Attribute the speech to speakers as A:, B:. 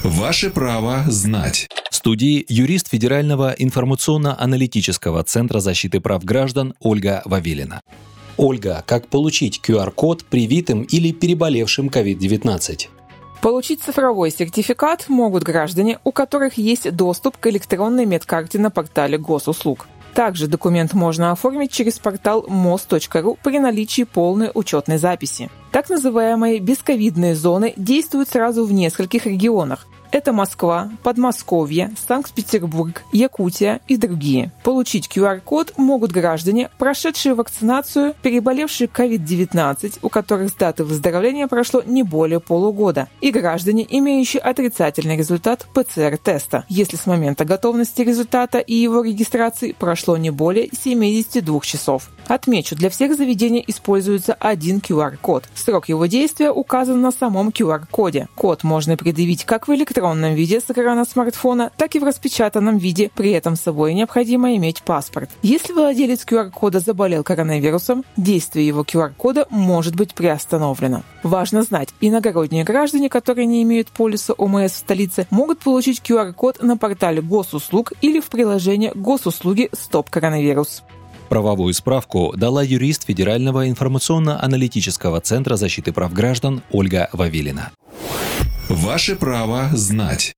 A: Ваше право знать.
B: В студии юрист Федерального информационно-аналитического центра защиты прав граждан Ольга Вавилина. Ольга, как получить QR-код привитым или переболевшим COVID-19?
C: Получить цифровой сертификат могут граждане, у которых есть доступ к электронной медкарте на портале госуслуг. Также документ можно оформить через портал mos.ru при наличии полной учетной записи. Так называемые бесковидные зоны действуют сразу в нескольких регионах. Это Москва, Подмосковье, Санкт-Петербург, Якутия и другие. Получить QR-код могут граждане, прошедшие вакцинацию, переболевшие COVID-19, у которых с даты выздоровления прошло не более полугода, и граждане, имеющие отрицательный результат ПЦР-теста, если с момента готовности результата и его регистрации прошло не более 72 часов. Отмечу, для всех заведений используется один QR-код. Срок его действия указан на самом QR-коде. Код можно предъявить как в электронном виде с экрана смартфона, так и в распечатанном виде, при этом с собой необходимо иметь паспорт. Если владелец QR-кода заболел коронавирусом, действие его QR-кода может быть приостановлено. Важно знать, иногородние граждане, которые не имеют полиса ОМС в столице, могут получить QR-код на портале госуслуг или в приложении госуслуги «Стоп коронавирус».
B: Правовую справку дала юрист Федерального информационно-аналитического центра защиты прав граждан Ольга Вавилина.
A: Ваше право знать.